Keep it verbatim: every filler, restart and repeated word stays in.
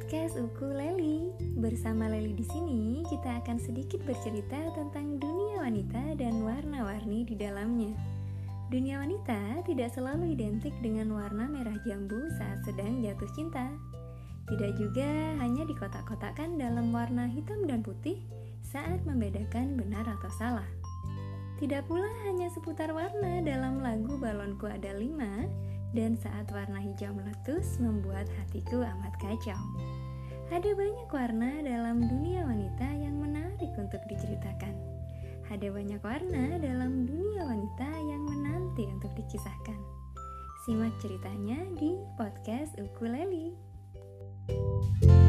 podcast Ukulele. Bersama Leli di sini, kita akan sedikit bercerita tentang dunia wanita dan warna-warni di dalamnya. Dunia wanita tidak selalu identik dengan warna merah jambu saat sedang jatuh cinta. Tidak juga hanya dikotak-kotakkan dalam warna hitam dan putih saat membedakan benar atau salah. Tidak pula hanya seputar warna dalam lagu Balonku Ada Lima dan saat warna hijau meletus membuat hatiku amat kacau. Ada banyak warna dalam dunia wanita yang menarik untuk diceritakan. Ada banyak warna dalam dunia wanita yang menanti untuk dikisahkan. Simak ceritanya di podcast Ukulele.